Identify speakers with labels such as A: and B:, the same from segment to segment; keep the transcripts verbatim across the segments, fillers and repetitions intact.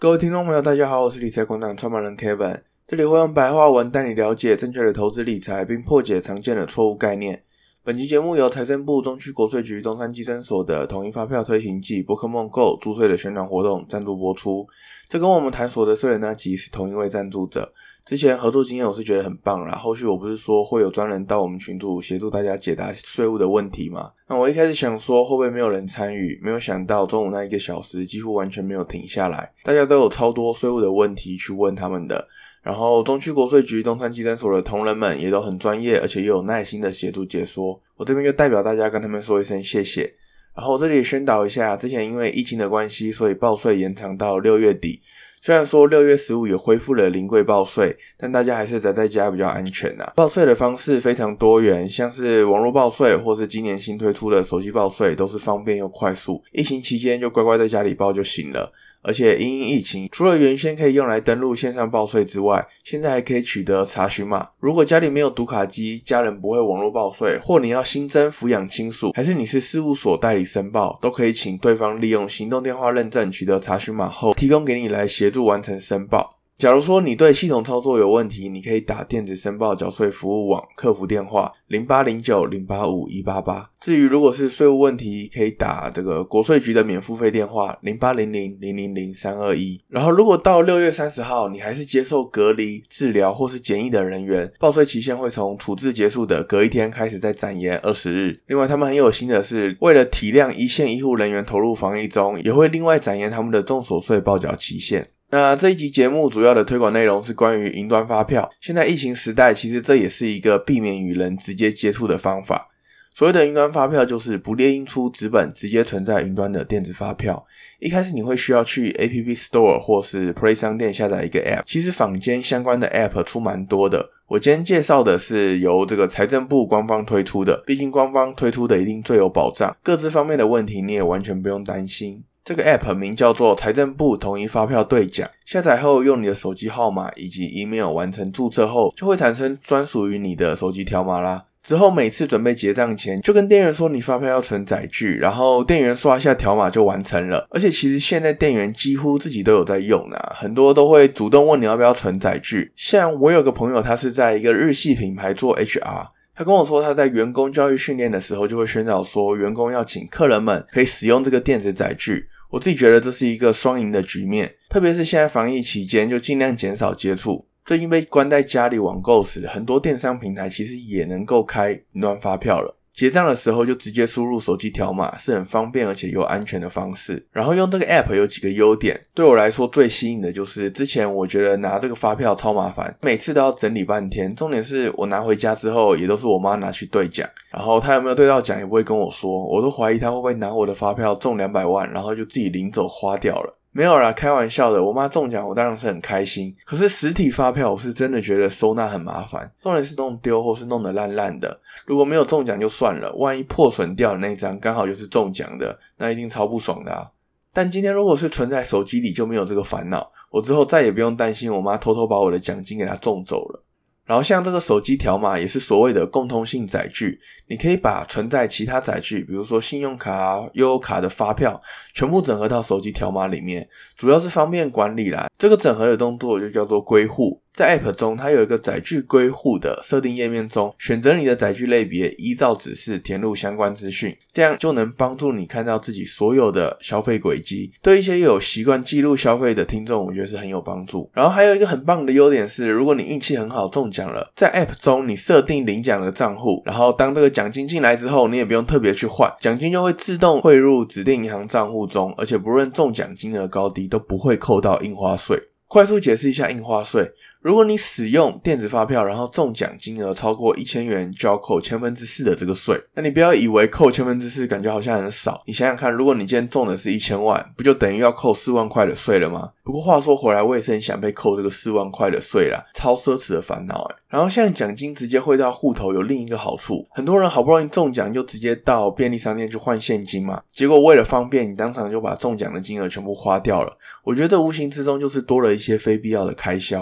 A: 各位听众朋友大家好，我是理财广场创办人 Kevin， 这里会用白话文带你了解正确的投资理财，并破解常见的错误概念。本期节目由财政部中区国税局东山基征所的统一发票推行暨宝可梦 Go 注税的宣传活动赞助播出。这跟我们谈所得税的那集是同一位赞助者，之前合作经验我是觉得很棒啦，后续我不是说会有专人到我们群组协助大家解答税务的问题吗？那我一开始想说会不会没有人参与，没有想到中午那一个小时几乎完全没有停下来，大家都有超多税务的问题去问他们的，然后中区国税局东山基征所的同仁们也都很专业，而且也有耐心的协助解说，我这边就代表大家跟他们说一声谢谢。然后我这里也宣导一下，之前因为疫情的关系，所以报税延长到六月底，虽然说六月十五也恢复了临柜报税，但大家还是宅在家比较安全啊。报税的方式非常多元，像是网络报税或是今年新推出的手机报税都是方便又快速，疫情期间就乖乖在家里报就行了。而且因应疫情，除了原先可以用来登录线上报税之外，现在还可以取得查询码。如果家里没有读卡机，家人不会网络报税，或你要新增抚养亲属，还是你是事务所代理申报，都可以请对方利用行动电话认证取得查询码后，提供给你来协助完成申报。假如说你对系统操作有问题，你可以打电子申报缴税服务网客服电话 零八零九零八五一八八。至于如果是税务问题，可以打这个国税局的免付费电话 零八零零零零零三二一。然后如果到六月三十号你还是接受隔离、治疗或是检疫的人员，报税期限会从处置结束的隔一天开始再展延二十日。另外他们很有心的是，为了体谅一线医护人员投入防疫中，也会另外展延他们的综所税报缴期限。那这一集节目主要的推广内容是关于云端发票。现在疫情时代，其实这也是一个避免与人直接接触的方法。所谓的云端发票就是不列印出纸本，直接存在云端的电子发票。一开始你会需要去 App Store 或是 Play 商店下载一个 App， 其实坊间相关的 App 出蛮多的。我今天介绍的是由这个财政部官方推出的，毕竟官方推出的一定最有保障，各自方面的问题你也完全不用担心。这个 App 名叫做财政部统一发票兑奖，下载后用你的手机号码以及 email 完成注册后，就会产生专属于你的手机条码啦。之后每次准备结账前，就跟店员说你发票要存载具，然后店员刷一下条码就完成了。而且其实现在店员几乎自己都有在用啦，很多都会主动问你要不要存载具。像我有个朋友，他是在一个日系品牌做 H R，他跟我说他在员工教育训练的时候就会宣导说员工要请客人们可以使用这个电子载具。我自己觉得这是一个双赢的局面，特别是现在防疫期间就尽量减少接触。最近被关在家里网购时，很多电商平台其实也能够开云端发票了。结账的时候就直接输入手机条码，是很方便而且又安全的方式。然后用这个 App 有几个优点，对我来说最吸引的就是之前我觉得拿这个发票超麻烦，每次都要整理半天，重点是我拿回家之后也都是我妈拿去兑奖，然后她有没有兑到奖也不会跟我说，我都怀疑她会不会拿我的发票中两百万然后就自己领走花掉了。没有啦，开玩笑的，我妈中奖我当然是很开心，可是实体发票我是真的觉得收纳很麻烦，重点是弄丢或是弄得烂烂的，如果没有中奖就算了，万一破损掉的那张刚好就是中奖的，那一定超不爽的啊。但今天如果是存在手机里就没有这个烦恼，我之后再也不用担心我妈偷偷把我的奖金给她中走了。然后像这个手机条码也是所谓的共通性载具，你可以把存在其他载具，比如说信用卡啊、悠游卡的发票全部整合到手机条码里面，主要是方便管理啦。这个整合的动作就叫做归户。在 App 中它有一个载具归户的设定页面中，选择你的载具类别，依照指示填入相关资讯，这样就能帮助你看到自己所有的消费轨迹，对一些有习惯记录消费的听众我觉得是很有帮助。然后还有一个很棒的优点是，如果你运气很好中奖了，在 App 中你设定领奖的账户，然后当这个奖金进来之后，你也不用特别去换，奖金就会自动汇入指定银行账户中，而且不论中奖金额高低都不会扣到印花税。快速解释一下印花税，如果你使用电子发票然后中奖金额超过一千元就要扣千分之四的这个税。那你不要以为扣千分之四感觉好像很少，你想想看，如果你今天中的是一千万，不就等于要扣四万块的税了吗？不过话说回来，我也是很想被扣这个四万块的税啦，超奢侈的烦恼诶。然后像奖金直接汇到户头有另一个好处，很多人好不容易中奖就直接到便利商店去换现金嘛，结果为了方便你当场就把中奖的金额全部花掉了。我觉得这无形之中就是多了一些非必要的开销，就有点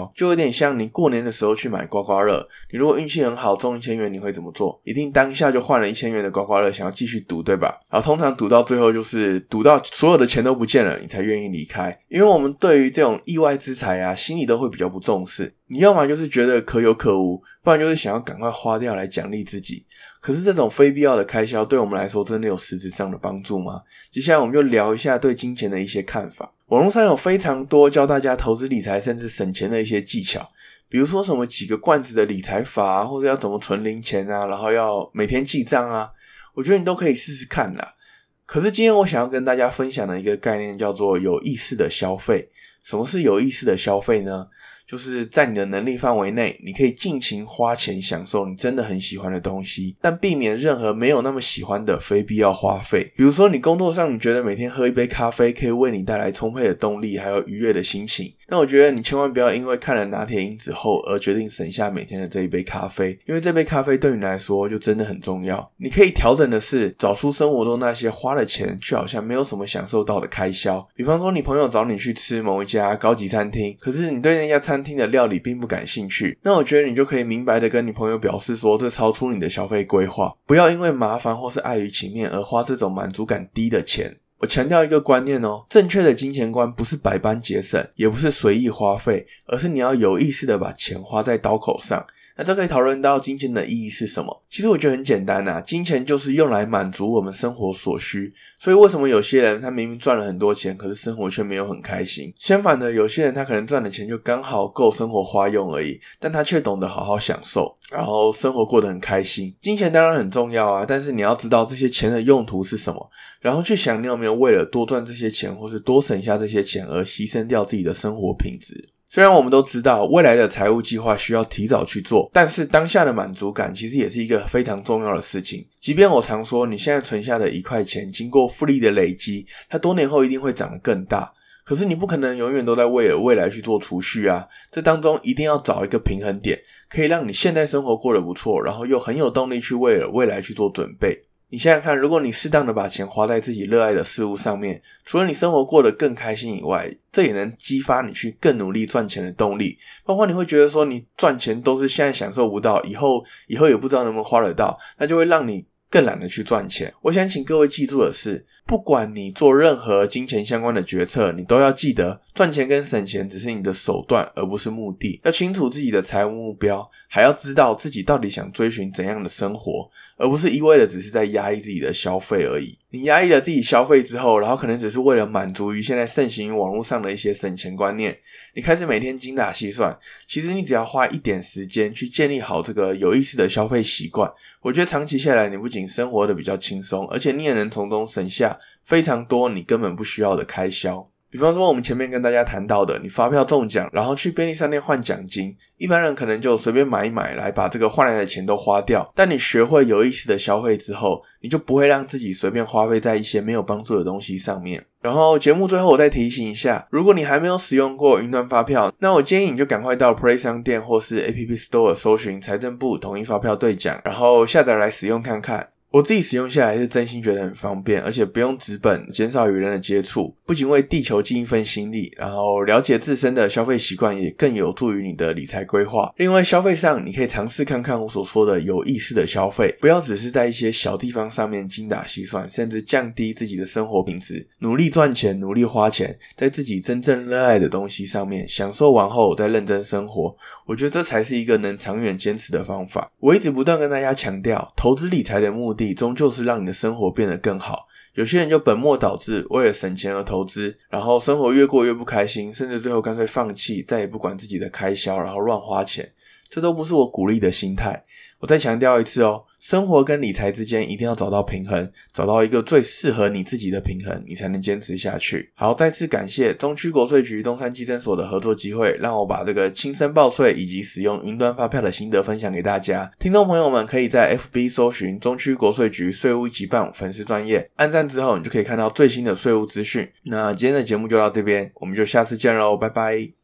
A: 点像你过年的时候去买刮刮乐，你如果运气很好中一千元，你会怎么做？一定当下就换了一千元的刮刮乐，想要继续赌，对吧？然后通常赌到最后就是赌到所有的钱都不见了，你才愿意离开。因为我们对于这种意外之财啊，心里都会比较不重视。你要么就是觉得可有可无，不然就是想要赶快花掉来奖励自己。可是这种非必要的开销对我们来说真的有实质上的帮助吗？接下来我们就聊一下对金钱的一些看法。网络上有非常多教大家投资理财甚至省钱的一些技巧，比如说什么几个罐子的理财法啊，或者要怎么存零钱啊，然后要每天记账啊，我觉得你都可以试试看啦。可是今天我想要跟大家分享的一个概念叫做有意识的消费。什么是有意识的消费呢？就是在你的能力范围内，你可以尽情花钱享受你真的很喜欢的东西，但避免任何没有那么喜欢的非必要花费。比如说你工作上你觉得每天喝一杯咖啡可以为你带来充沛的动力还有愉悦的心情，那我觉得你千万不要因为看了拿铁因子后而决定省下每天的这一杯咖啡，因为这杯咖啡对你来说就真的很重要。你可以调整的是找出生活中那些花了钱却好像没有什么享受到的开销。比方说你朋友找你去吃某一家高级餐厅，可是你对那家餐厅的料理并不感兴趣，那我觉得你就可以明白的跟你朋友表示说这超出你的消费规划，不要因为麻烦或是碍于情面而花这种满足感低的钱。我强调一个观念哦，正确的金钱观不是百般节省，也不是随意花费，而是你要有意识的把钱花在刀口上。那这可以讨论到金钱的意义是什么。其实我觉得很简单啊，金钱就是用来满足我们生活所需。所以为什么有些人他明明赚了很多钱，可是生活却没有很开心？相反的，有些人他可能赚的钱就刚好够生活花用而已，但他却懂得好好享受，然后生活过得很开心。金钱当然很重要啊，但是你要知道这些钱的用途是什么，然后去想你有没有为了多赚这些钱或是多省下这些钱而牺牲掉自己的生活品质。虽然我们都知道未来的财务计划需要提早去做，但是当下的满足感其实也是一个非常重要的事情。即便我常说你现在存下的一块钱经过复利的累积，它多年后一定会长得更大，可是你不可能永远都在为了未来去做储蓄啊，这当中一定要找一个平衡点，可以让你现在生活过得不错，然后又很有动力去为了未来去做准备。你想想看，如果你适当的把钱花在自己热爱的事物上面，除了你生活过得更开心以外，这也能激发你去更努力赚钱的动力。包括你会觉得说你赚钱都是现在享受不到，以后以后也不知道能不能花得到，那就会让你更懒得去赚钱。我想请各位记住的是，不管你做任何金钱相关的决策，你都要记得赚钱跟省钱只是你的手段而不是目的，要清楚自己的财务目标，还要知道自己到底想追寻怎样的生活，而不是一味的只是在压抑自己的消费而已。你压抑了自己消费之后，然后可能只是为了满足于现在盛行于网络上的一些省钱观念，你开始每天精打细算，其实你只要花一点时间去建立好这个有意识的消费习惯，我觉得长期下来你不仅生活的比较轻松，而且你也能从中省下非常多你根本不需要的开销。比方说我们前面跟大家谈到的，你发票中奖然后去便利商店换奖金，一般人可能就随便买一买来把这个换来的钱都花掉，但你学会有意识的消费之后，你就不会让自己随便花费在一些没有帮助的东西上面。然后节目最后我再提醒一下，如果你还没有使用过云端发票，那我建议你就赶快到 Play 商店或是 A P P Store 搜寻财政部统一发票兑奖，然后下载来使用看看。我自己使用下来是真心觉得很方便，而且不用纸本，减少与人的接触，不仅为地球尽一份心力，然后了解自身的消费习惯也更有助于你的理财规划。另外消费上你可以尝试看看我所说的有意识的消费，不要只是在一些小地方上面精打细算，甚至降低自己的生活品质，努力赚钱，努力花钱，在自己真正热爱的东西上面享受完后再认真生活，我觉得这才是一个能长远坚持的方法。我一直不断跟大家强调，投资理财的目的终究是让你的生活变得更好。有些人就本末倒置，为了省钱而投资，然后生活越过越不开心，甚至最后干脆放弃，再也不管自己的开销，然后乱花钱，这都不是我鼓励的心态。我再强调一次哦，生活跟理财之间一定要找到平衡，找到一个最适合你自己的平衡，你才能坚持下去。好，再次感谢中区国税局东山基征所的合作机会，让我把这个亲身报税以及使用云端发票的心得分享给大家。听众朋友们可以在 F B 搜寻中区国税局税务一级棒粉丝专页，按赞之后你就可以看到最新的税务资讯。那今天的节目就到这边，我们就下次见咯，拜拜。